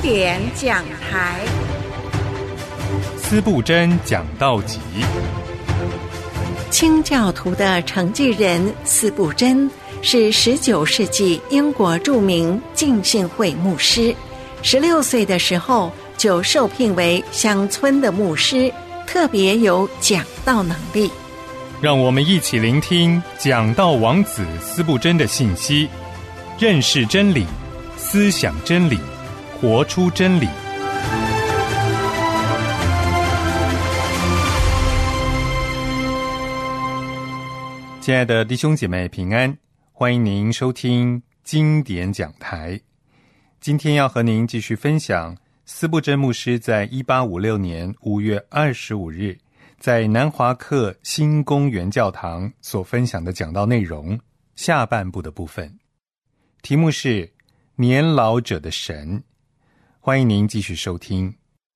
典讲台， 司布真讲道集。 清教徒的承继人司布真是19世纪英国著名浸信会牧师，16岁的时候就受聘为乡村的牧师，特别有讲道能力。 让我们一起聆听讲道王子司布真的信息，认识真理，思想真理，活出真理。亲爱的弟兄姐妹平安，欢迎您收听经典讲台。今天要和您继续分享司布真牧师在1856年5月25日在南华克新公园教堂所分享的讲道内容下半部的部分，题目是年老者的神。欢迎您继续收听。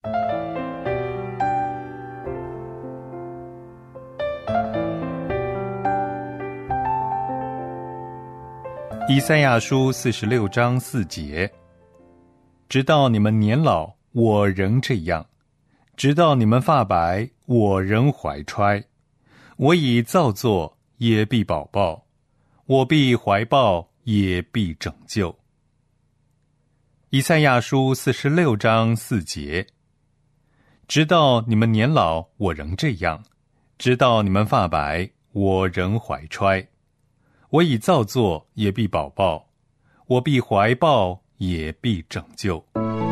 以赛亚书46章4节，直到你们年老，我仍这样；直到你们发白，我仍怀揣。我已造作，也必保抱；我必怀抱，也必拯救。以赛亚书46章4节，直到你们年老，我仍这样；直到你们发白，我仍怀揣。我已造作，也必保抱；我必怀抱，也必拯救。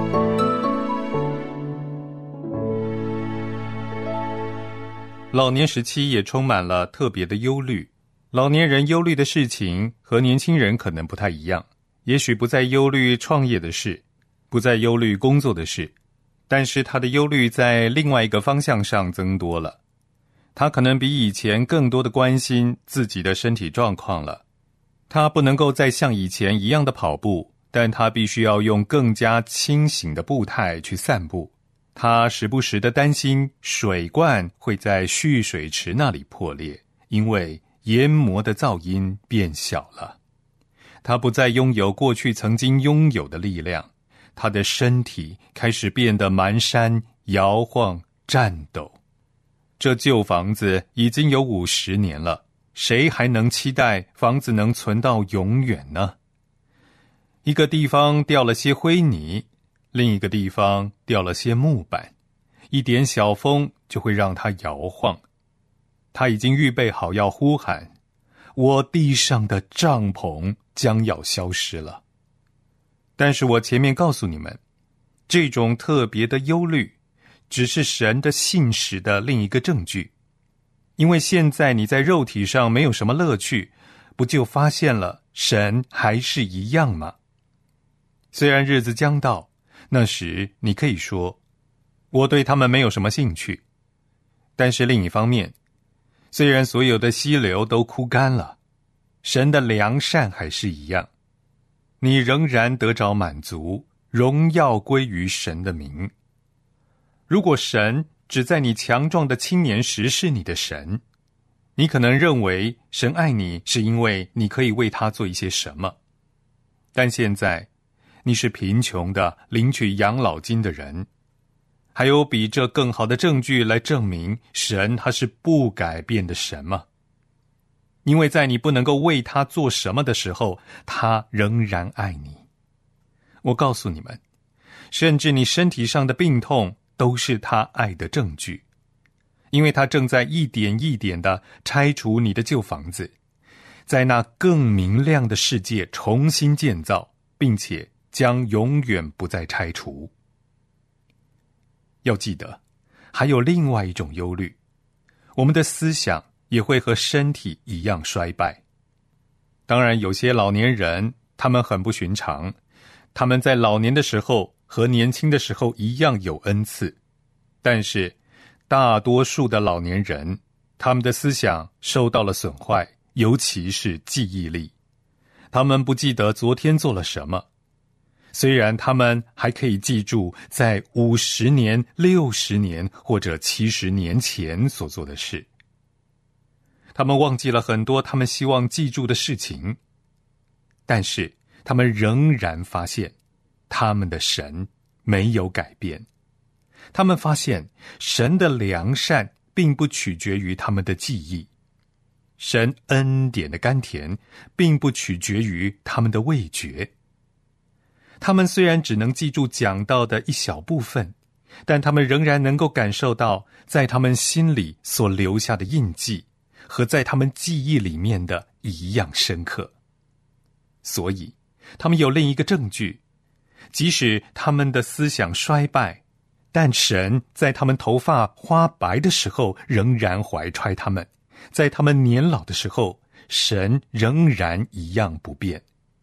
老年时期也充满了特别的忧虑。老年人忧虑的事情和年轻人可能不太一样，也许不再忧虑创业的事，不再忧虑工作的事，但是他的忧虑在另外一个方向上增多了。他可能比以前更多的关心自己的身体状况了。他不能够再像以前一样的跑步，但他必须要用更加清醒的步态去散步。他时不时地担心水罐会在蓄水池那里破裂，因为研磨的噪音变小了。他不再拥有过去曾经拥有的力量，他的身体开始变得蹒跚、摇晃、颤抖。这旧房子已经有50年了，谁还能期待房子能存到永远呢？一个地方掉了些灰泥，另一个地方掉了些木板，一点小风就会让它摇晃。他已经预备好要呼喊，我地上的帐篷将要消失了。但是我前面告诉你们，这种特别的忧虑只是神的信实的另一个证据。因为现在你在肉体上没有什么乐趣，不就发现了神还是一样吗？虽然日子将到，那时你可以说，我对他们没有什么兴趣。但是另一方面，虽然所有的溪流都枯干了，神的良善还是一样，你仍然得着满足，荣耀归于神的名。如果神只在你强壮的青年时是你的神，你可能认为神爱你是因为你可以为他做一些什么。但现在你是贫穷的领取养老金的人，还有比这更好的证据来证明神他是不改变的神吗？因为在你不能够为他做什么的时候，他仍然爱你。我告诉你们，甚至你身体上的病痛都是他爱的证据，因为他正在一点一点地拆除你的旧房子，在那更明亮的世界重新建造，并且将永远不再拆除。要记得，还有另外一种忧虑，我们的思想也会和身体一样衰败。当然，有些老年人，他们很不寻常，他们在老年的时候和年轻的时候一样有恩赐，但是大多数的老年人，他们的思想受到了损坏，尤其是记忆力。他们不记得昨天做了什么，虽然他们还可以记住在50年、60年或者70年前所做的事。他们忘记了很多他们希望记住的事情，但是他们仍然发现他们的神没有改变。他们发现神的良善并不取决于他们的记忆，神恩典的甘甜并不取决于他们的味觉。他们虽然只能记住讲道的一小部分，但他们仍然能够感受到在他们心里所留下的印记和在他们记忆里面的一样深刻。所以他们有另一个证据，即使他们的思想衰败，但神在他们头发花白的时候仍然怀揣他们，在他们年老的时候，神仍然一样不变。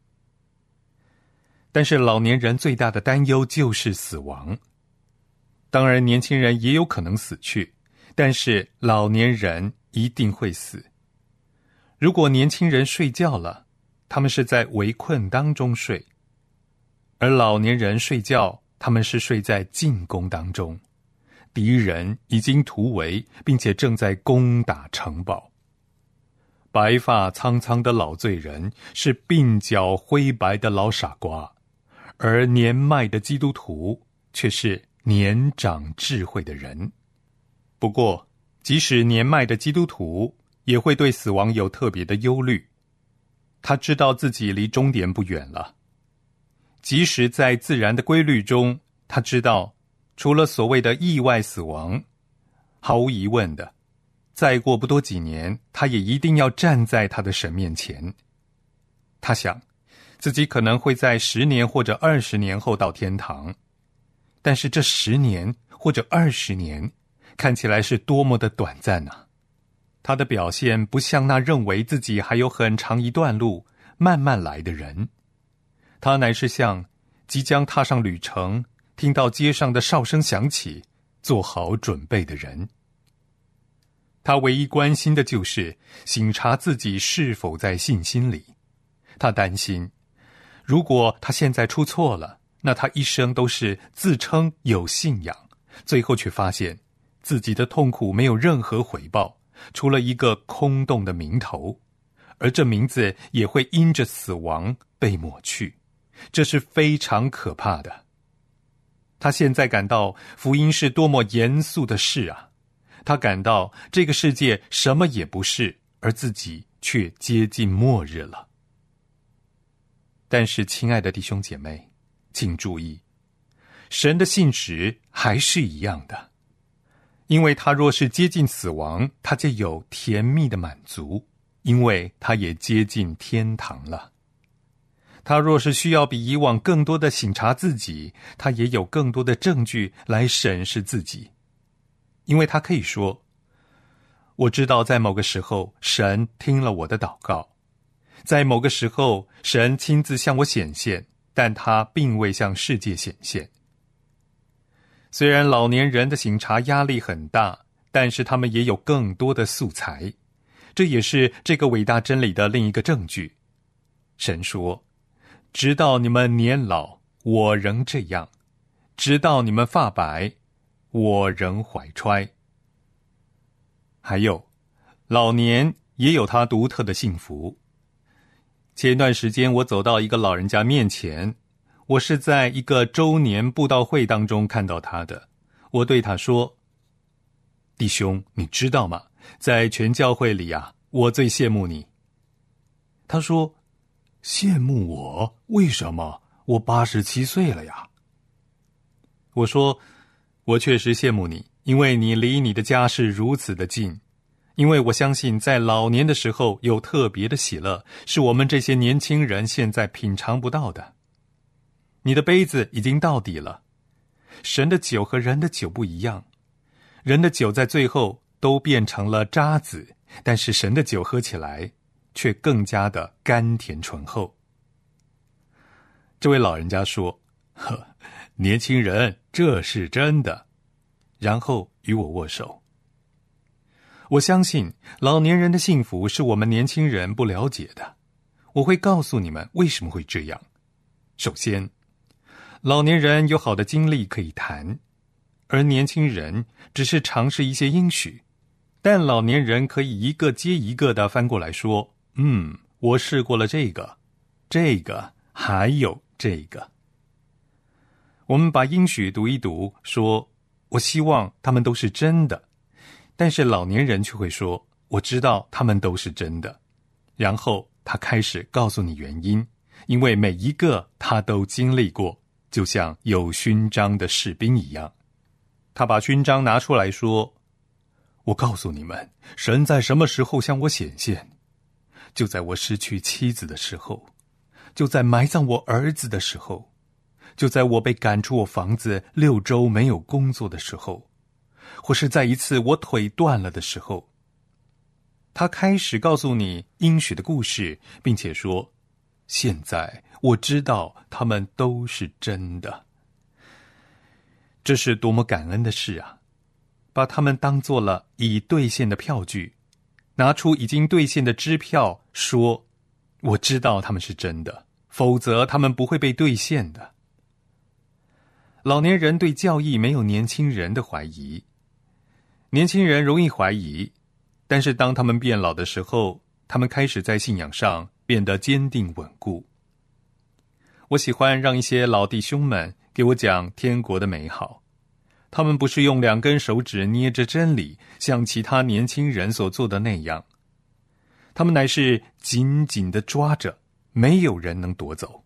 但是老年人最大的担忧就是死亡。当然年轻人也有可能死去，但是老年人一定会死。如果年轻人睡觉了，他们是在围困当中睡，而老年人睡觉，他们是睡在进攻当中，敌人已经突围，并且正在攻打城堡。白发苍苍的老罪人是鬓角灰白的老傻瓜，而年迈的基督徒却是年长智慧的人。不过即使年迈的基督徒也会对死亡有特别的忧虑，他知道自己离终点不远了。即使在自然的规律中，他知道除了所谓的意外死亡，毫无疑问的，再过不多几年，他也一定要站在他的神面前。他想自己可能会在10年或者20年后到天堂，但是这10年或者20年看起来是多么的短暂啊！他的表现不像那认为自己还有很长一段路慢慢来的人，他乃是像即将踏上旅程，听到街上的哨声响起，做好准备的人。他唯一关心的就是省察自己是否在信心里。他担心，如果他现在出错了，那他一生都是自称有信仰，最后却发现自己的痛苦没有任何回报，除了一个空洞的名头，而这名字也会因着死亡被抹去，这是非常可怕的。他现在感到福音是多么严肃的事啊！他感到这个世界什么也不是，而自己却接近末日了。但是亲爱的弟兄姐妹，请注意，神的信实还是一样的，因为他若是接近死亡，他就有甜蜜的满足，因为他也接近天堂了。他若是需要比以往更多的省察自己，他也有更多的证据来审视自己，因为他可以说，我知道在某个时候神听了我的祷告，在某个时候神亲自向我显现，但他并未向世界显现。虽然老年人的省察压力很大，但是他们也有更多的素材，这也是这个伟大真理的另一个证据。神说，直到你们年老，我仍这样；直到你们发白，我仍怀揣。还有，老年也有他独特的幸福。前段时间我走到一个老人家面前，我是在一个周年布道会当中看到他的。我对他说，弟兄，你知道吗？在全教会里啊，我最羡慕你。他说，羡慕我？为什么？我87岁了呀。我说，我确实羡慕你，因为你离你的家是如此的近。因为我相信在老年的时候有特别的喜乐，是我们这些年轻人现在品尝不到的。你的杯子已经到底了。神的酒和人的酒不一样，人的酒在最后都变成了渣子，但是神的酒喝起来却更加的甘甜醇厚。这位老人家说，呵，年轻人，这是真的，然后与我握手。我相信老年人的幸福是我们年轻人不了解的，我会告诉你们为什么会这样。首先，老年人有好的经历可以谈，而年轻人只是尝试一些应许，但老年人可以一个接一个的翻过来说，我试过了这个，还有这个。 我们把应许读一读，说我希望他们都是真的，但是老年人却会说我知道他们都是真的，然后他开始告诉你原因，因为每一个他都经历过，就像有勋章的士兵一样。他把勋章拿出来说，我告诉你们，神在什么时候向我显现？就在我失去妻子的时候，就在埋葬我儿子的时候，就在我被赶出我房子6周没有工作的时候，或是在一次我腿断了的时候。他开始告诉你应许的故事，并且说，现在我知道他们都是真的。这是多么感恩的事啊！把他们当作了已兑现的票据，拿出已经兑现的支票，说我知道他们是真的，否则他们不会被兑现的。老年人对教义没有年轻人的怀疑，年轻人容易怀疑，但是当他们变老的时候，他们开始在信仰上变得坚定稳固。我喜欢让一些老弟兄们给我讲天国的美好，他们不是用2根手指捏着真理，像其他年轻人所做的那样，他们乃是紧紧地抓着，没有人能夺走。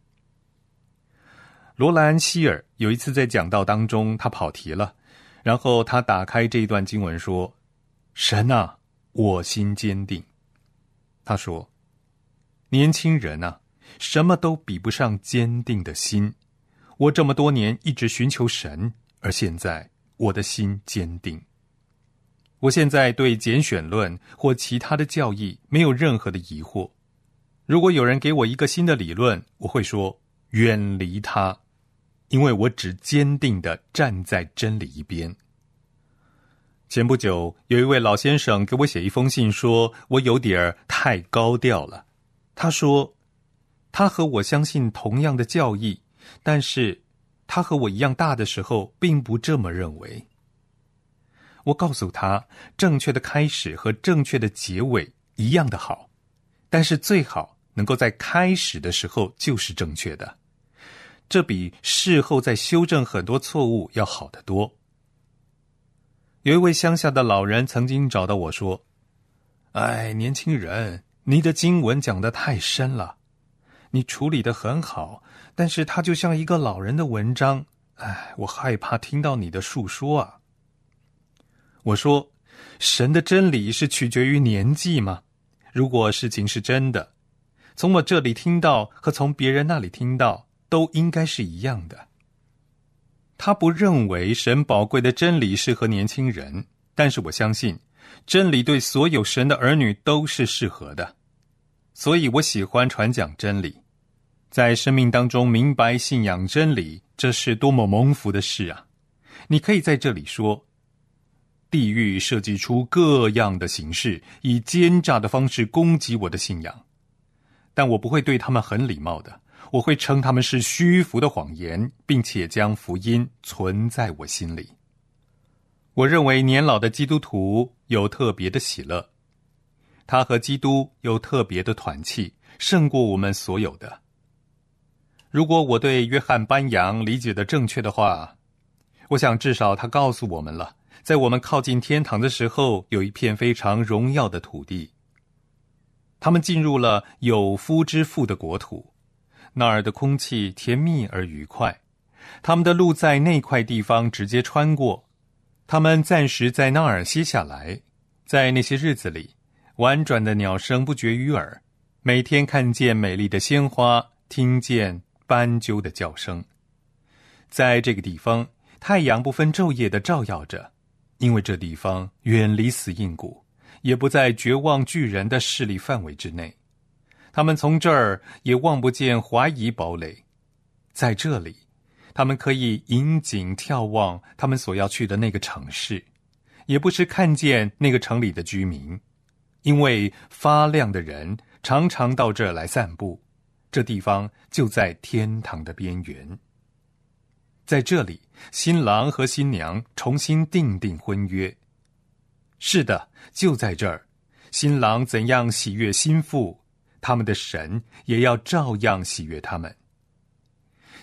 罗兰希尔有一次在讲道当中，他跑题了，然后他打开这一段经文说，神啊，我心坚定。他说，年轻人啊，什么都比不上坚定的心。我这么多年一直寻求神，而现在我的心坚定。我现在对拣选论或其他的教义没有任何的疑惑。如果有人给我一个新的理论，我会说远离它，因为我只坚定地站在真理一边。前不久，有一位老先生给我写一封信，说我有点太高调了。他说，他和我相信同样的教义，但是他和我一样大的时候，并不这么认为。我告诉他，正确的开始和正确的结尾一样的好，但是最好能够在开始的时候就是正确的，这比事后再修正很多错误要好得多。有一位乡下的老人曾经找到我说，年轻人，你的经文讲得太深了，你处理得很好，但是它就像一个老人的文章，我害怕听到你的述说啊。我说，神的真理是取决于年纪吗？如果事情是真的，从我这里听到和从别人那里听到都应该是一样的。他不认为神宝贵的真理适合年轻人，但是我相信真理对所有神的儿女都是适合的。所以我喜欢传讲真理，在生命当中明白信仰真理，这是多么蒙福的事啊！你可以在这里说，地狱设计出各样的形式，以奸诈的方式攻击我的信仰，但我不会对他们很礼貌的，我会称他们是虚浮的谎言，并且将福音存在我心里。我认为年老的基督徒有特别的喜乐，他和基督有特别的团契，胜过我们所有的。如果我对约翰班扬理解的正确的话，我想至少他告诉我们了，在我们靠近天堂的时候，有一片非常荣耀的土地。他们进入了有夫之妇的国土，那儿的空气甜蜜而愉快，他们的路在那块地方直接穿过，他们暂时在那儿歇下来。在那些日子里，婉转的鸟声不绝于耳，每天看见美丽的鲜花，听见斑鸠的叫声。在这个地方，太阳不分昼夜地照耀着，因为这地方远离死荫谷，也不在绝望巨人的势力范围之内。他们从这儿也望不见怀疑堡垒。在这里，他们可以引颈眺望他们所要去的那个城市，也不是看见那个城里的居民，因为发亮的人常常到这儿来散步，这地方就在天堂的边缘。在这里，新郎和新娘重新订定婚约。是的，就在这儿，新郎怎样喜悦新妇，他们的神也要照样喜悦他们。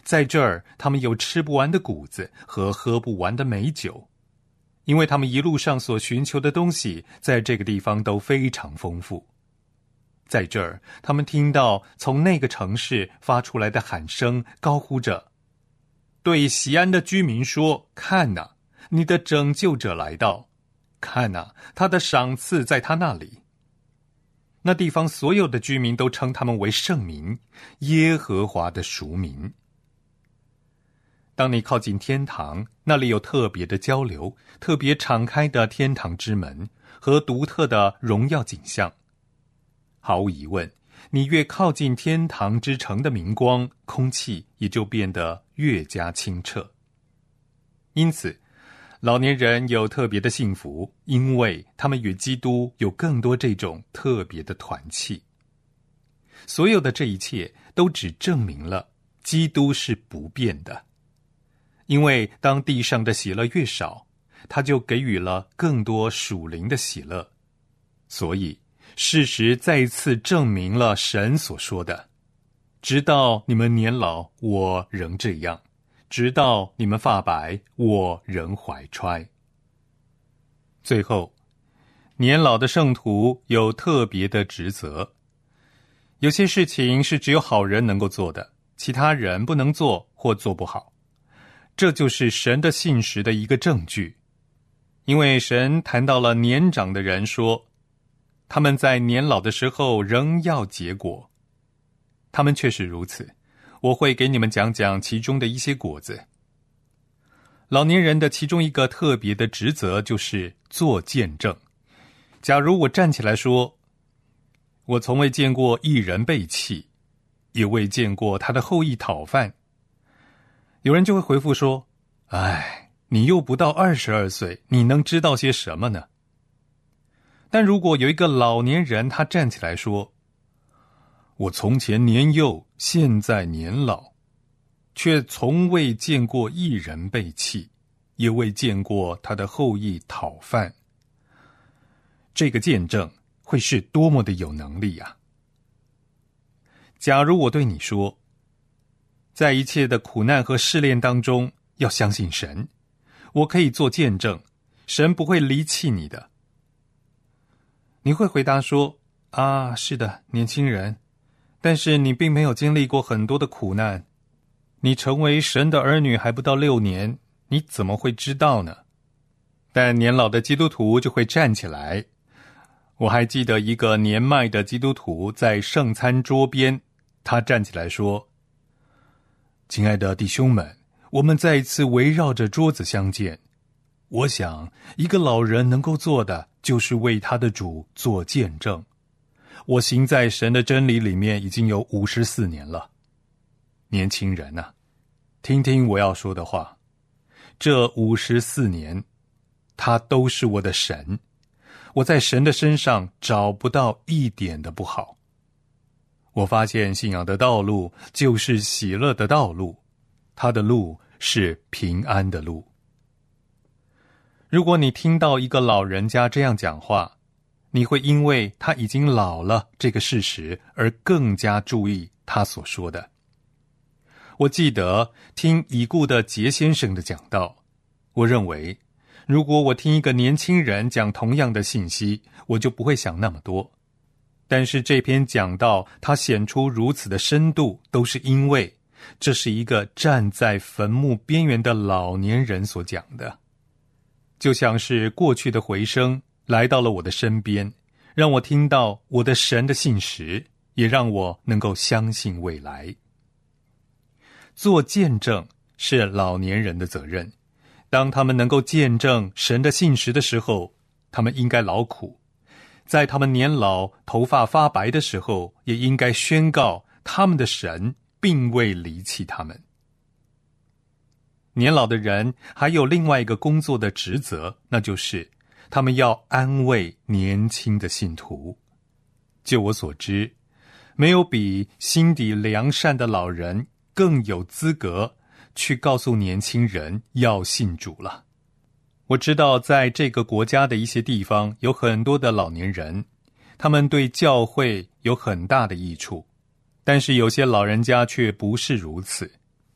在这儿他们有吃不完的谷子和喝不完的美酒，因为他们一路上所寻求的东西在这个地方都非常丰富。在这儿他们听到从那个城市发出来的喊声，高呼着，对锡安的居民说，看哪，你的拯救者来到，看哪，他的赏赐在他那里。那地方所有的居民都称他们为圣民，耶和华的赎民。当你靠近天堂，那里有特别的交流，特别敞开的天堂之门和独特的荣耀景象。毫无疑问，你越靠近天堂之城的明光，空气也就变得越加清澈。因此，老年人有特别的幸福，因为他们与基督有更多这种特别的团契。所有的这一切都只证明了基督是不变的，因为当地上的喜乐越少，他就给予了更多属灵的喜乐。所以事实再次证明了神所说的，直到你们年老，我仍这样；直到你们发白，我仍怀揣。最后，年老的圣徒有特别的职责。有些事情是只有好人能够做的，其他人不能做或做不好。这就是神的信实的一个证据。因为神谈到了年长的人说，他们在年老的时候仍要结果。他们确实如此，我会给你们讲讲其中的一些果子。老年人的其中一个特别的职责就是做见证。假如我站起来说，我从未见过一人被弃，也未见过他的后裔讨饭，有人就会回复说，哎，你又不到22岁，你能知道些什么呢？但如果有一个老年人，他站起来说，我从前年幼，现在年老，却从未见过一人被弃，也未见过他的后裔讨饭，这个见证会是多么的有能力啊！假如我对你说，在一切的苦难和试炼当中，要相信神，我可以做见证，神不会离弃你的。你会回答说，啊，是的，年轻人，但是你并没有经历过很多的苦难，你成为神的儿女还不到6年，你怎么会知道呢？但年老的基督徒就会站起来。我还记得一个年迈的基督徒在圣餐桌边，他站起来说，亲爱的弟兄们，我们再一次围绕着桌子相见。我想一个老人能够做的就是为他的主做见证。我行在神的真理里面已经有54年了。年轻人啊，听听我要说的话，这54年他都是我的神，我在神的身上找不到一点的不好。我发现信仰的道路就是喜乐的道路，他的路是平安的路。如果你听到一个老人家这样讲话，你会因为他已经老了这个事实而更加注意他所说的。我记得听已故的杰先生的讲道，我认为如果我听一个年轻人讲同样的信息，我就不会想那么多。但是这篇讲道它显出如此的深度，都是因为这是一个站在坟墓边缘的老年人所讲的。就像是过去的回声来到了我的身边，让我听到我的神的信实，也让我能够相信未来。做见证是老年人的责任，当他们能够见证神的信实的时候，他们应该劳苦；在他们年老头发发白的时候，也应该宣告他们的神并未离弃他们。年老的人还有另外一个工作的职责，那就是他们要安慰年轻的信徒。就我所知，没有比心底良善的老人更有资格去告诉年轻人要信主了。我知道在这个国家的一些地方有很多的老年人，他们对教会有很大的益处，但是有些老人家却不是如此。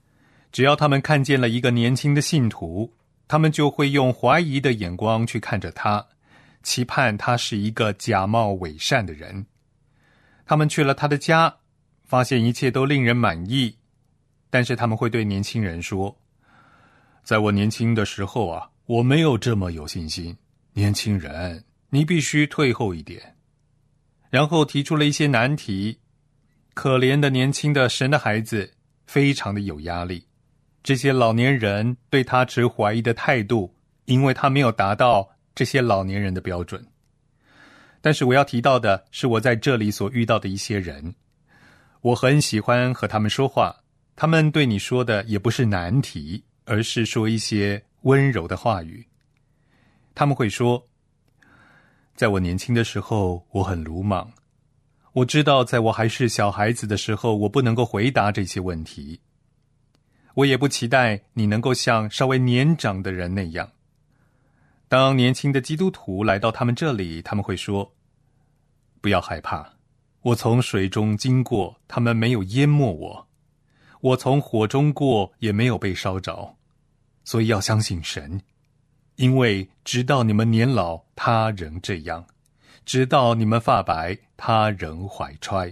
只要他们看见了一个年轻的信徒，他们就会用怀疑的眼光去看着他，期盼他是一个假冒伪善的人。他们去了他的家，发现一切都令人满意，但是他们会对年轻人说，在我年轻的时候啊，我没有这么有信心，年轻人，你必须退后一点。然后提出了一些难题，可怜的年轻的神的孩子非常的有压力。这些老年人对他持怀疑的态度，因为他没有达到这些老年人的标准。但是我要提到的是我在这里所遇到的一些人，我很喜欢和他们说话，他们对你说的也不是难题，而是说一些温柔的话语。他们会说，在我年轻的时候我很鲁莽，我知道在我还是小孩子的时候我不能够回答这些问题，我也不期待你能够像稍微年长的人那样。当年轻的基督徒来到他们这里，他们会说，不要害怕，我从水中经过，他们没有淹没我，我从火中过，也没有被烧着，所以要相信神，因为直到你们年老，他仍这样，直到你们发白，他仍怀揣。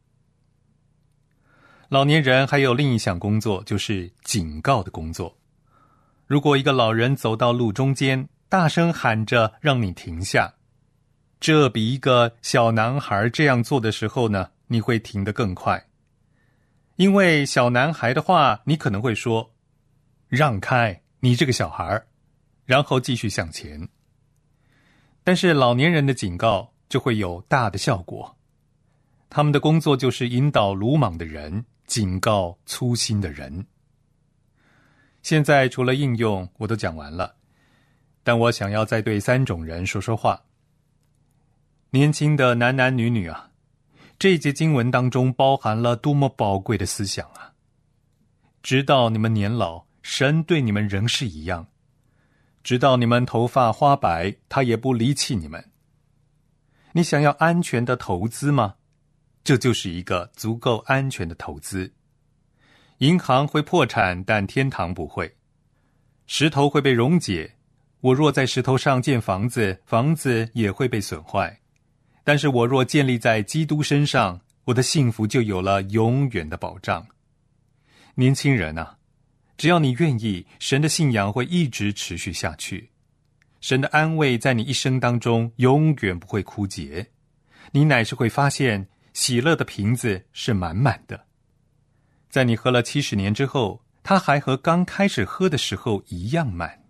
老年人还有另一项工作，就是警告的工作。如果一个老人走到路中间，大声喊着让你停下，这比一个小男孩这样做的时候呢，你会停得更快。因为小男孩的话，你可能会说，让开，你这个小孩，然后继续向前。但是老年人的警告就会有大的效果。他们的工作就是引导鲁莽的人，警告粗心的人。现在除了应用我都讲完了，但我想要再对3种人说说话。年轻的男男女女啊，这一节经文当中包含了多么宝贵的思想啊！直到你们年老，神对你们仍是一样，直到你们头发花白，他也不离弃你们。你想要安全的投资吗？这就是一个足够安全的投资。银行会破产，但天堂不会。石头会被溶解，我若在石头上建房子，房子也会被损坏。但是我若建立在基督身上，我的幸福就有了永远的保障。年轻人啊，只要你愿意，神的信仰会一直持续下去。神的安慰在你一生当中永远不会枯竭，你乃是会发现喜乐的瓶子是满满的。在你喝了70年之后，它还和刚开始喝的时候一样满。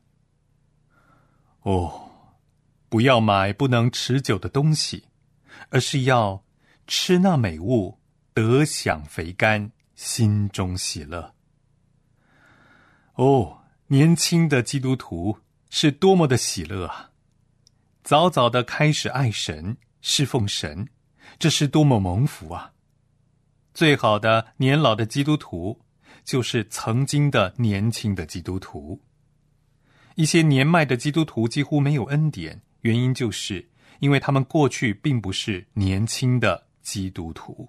哦，不要买不能持久的东西，而是要吃那美物，得享肥甘，心中喜乐。哦，年轻的基督徒是多么的喜乐啊！早早的开始爱神，侍奉神，这是多么蒙福啊！最好的年老的基督徒，就是曾经的年轻的基督徒。一些年迈的基督徒几乎没有恩典，原因就是因为他们过去并不是年轻的基督徒。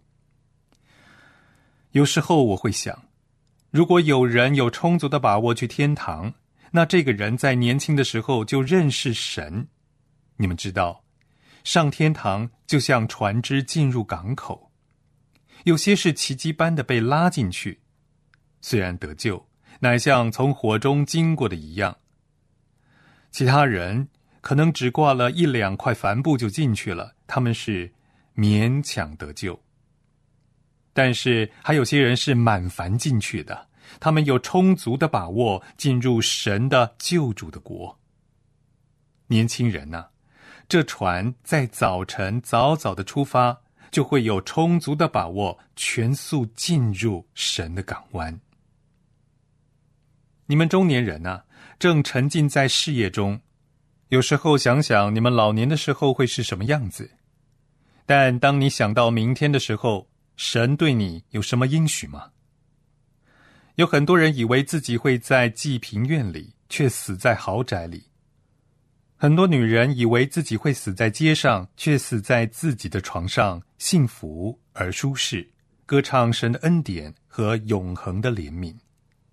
有时候我会想，如果有人有充足的把握去天堂，那这个人在年轻的时候就认识神。你们知道，上天堂就像船只进入港口，有些是奇迹般的被拉进去，虽然得救，乃像从火中经过的一样。其他人可能只挂了1-2块帆布就进去了，他们是勉强得救。但是还有些人是满帆进去的，他们有充足的把握进入神的救主的国。年轻人啊，这船在早晨早早的出发，就会有充足的把握全速进入神的港湾。你们中年人啊，正沉浸在事业中，有时候想想你们老年的时候会是什么样子。但当你想到明天的时候，神对你有什么应许吗？有很多人以为自己会在济贫院里，却死在豪宅里。很多女人以为自己会死在街上，却死在自己的床上，幸福而舒适，歌唱神的恩典和永恒的怜悯。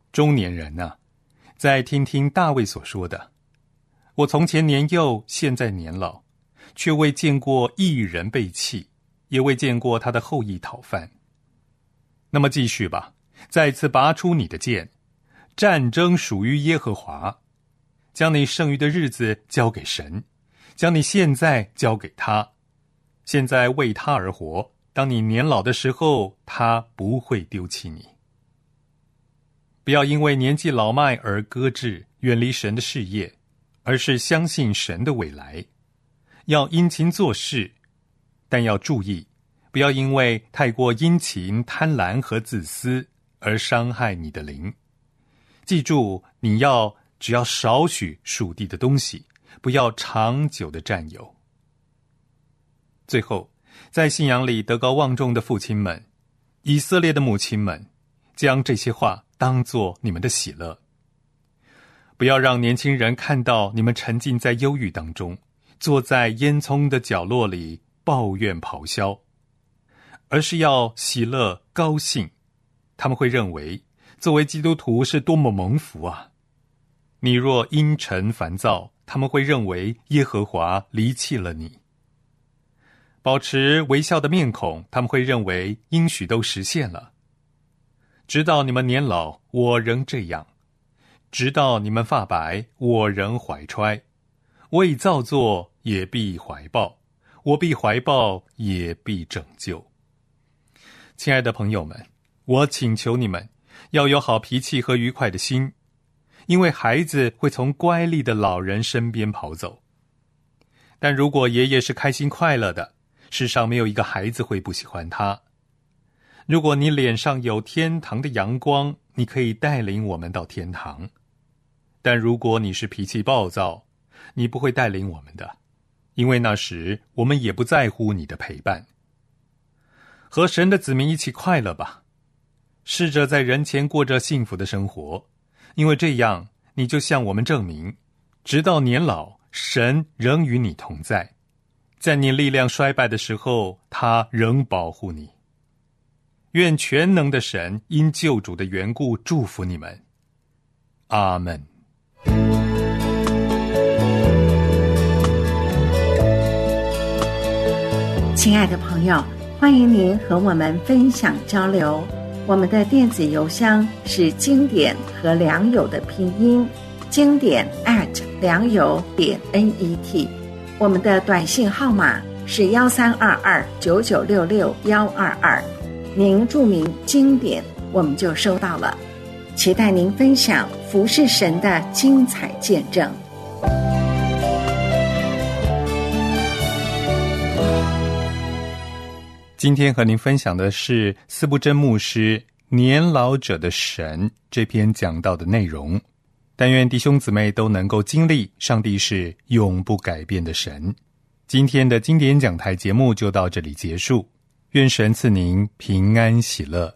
中年人啊，再听听大卫所说的：我从前年幼，现在年老，却未见过义人被弃，也未见过他的后裔讨饭。那么继续吧，再次拔出你的剑，战争属于耶和华，将你剩余的日子交给神，将你现在交给他，现在为他而活，当你年老的时候，他不会丢弃你。不要因为年纪老迈而搁置远离神的事业，而是相信神的未来。要殷勤做事，但要注意，不要因为太过殷勤、贪婪和自私而伤害你的灵。记住，你只要少许属地的东西，不要长久的占有。最后，在信仰里德高望重的父亲们，以色列的母亲们，将这些话当作你们的喜乐。不要让年轻人看到你们沉浸在忧郁当中，坐在烟囱的角落里抱怨咆哮，而是要喜乐高兴。他们会认为作为基督徒是多么蒙福啊！你若阴沉烦躁，他们会认为耶和华离弃了你。保持微笑的面孔，他们会认为应许都实现了。直到你们年老，我仍这样；直到你们发白，我仍怀揣。我已造作，也必怀抱；我必怀抱，也必拯救。亲爱的朋友们，我请求你们要有好脾气和愉快的心，因为孩子会从乖戾的老人身边跑走。但如果爷爷是开心快乐的，世上没有一个孩子会不喜欢他。如果你脸上有天堂的阳光，你可以带领我们到天堂。但如果你是脾气暴躁，你不会带领我们的，因为那时我们也不在乎你的陪伴。和神的子民一起快乐吧，试着在人前过着幸福的生活，因为这样你就向我们证明，直到年老，神仍与你同在，在你力量衰败的时候，他仍保护你。愿全能的神因救主的缘故祝福你们。阿们。 亲爱的朋友，欢迎您和我们分享交流。我们的电子邮箱是经典和良友的拼音，经典良友.net。我们的短信号码是132299662122。您注明经典，我们就收到了。期待您分享服侍神的精彩见证。 今天和您分享的是司布真牧师《年老者的神》这篇讲到的内容。但愿弟兄姊妹都能够经历上帝是永不改变的神。今天的经典讲台节目就到这里结束，愿神赐您平安喜乐。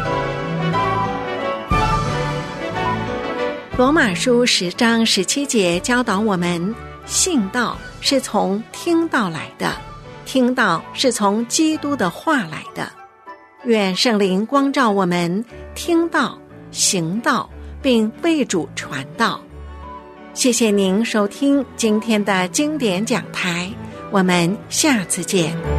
罗马书10章17节教导我们，信道是从听道来的，听道是从基督的话来的。愿圣灵光照我们，听道、行道，并为主传道。谢谢您收听今天的经典讲台，我们下次见。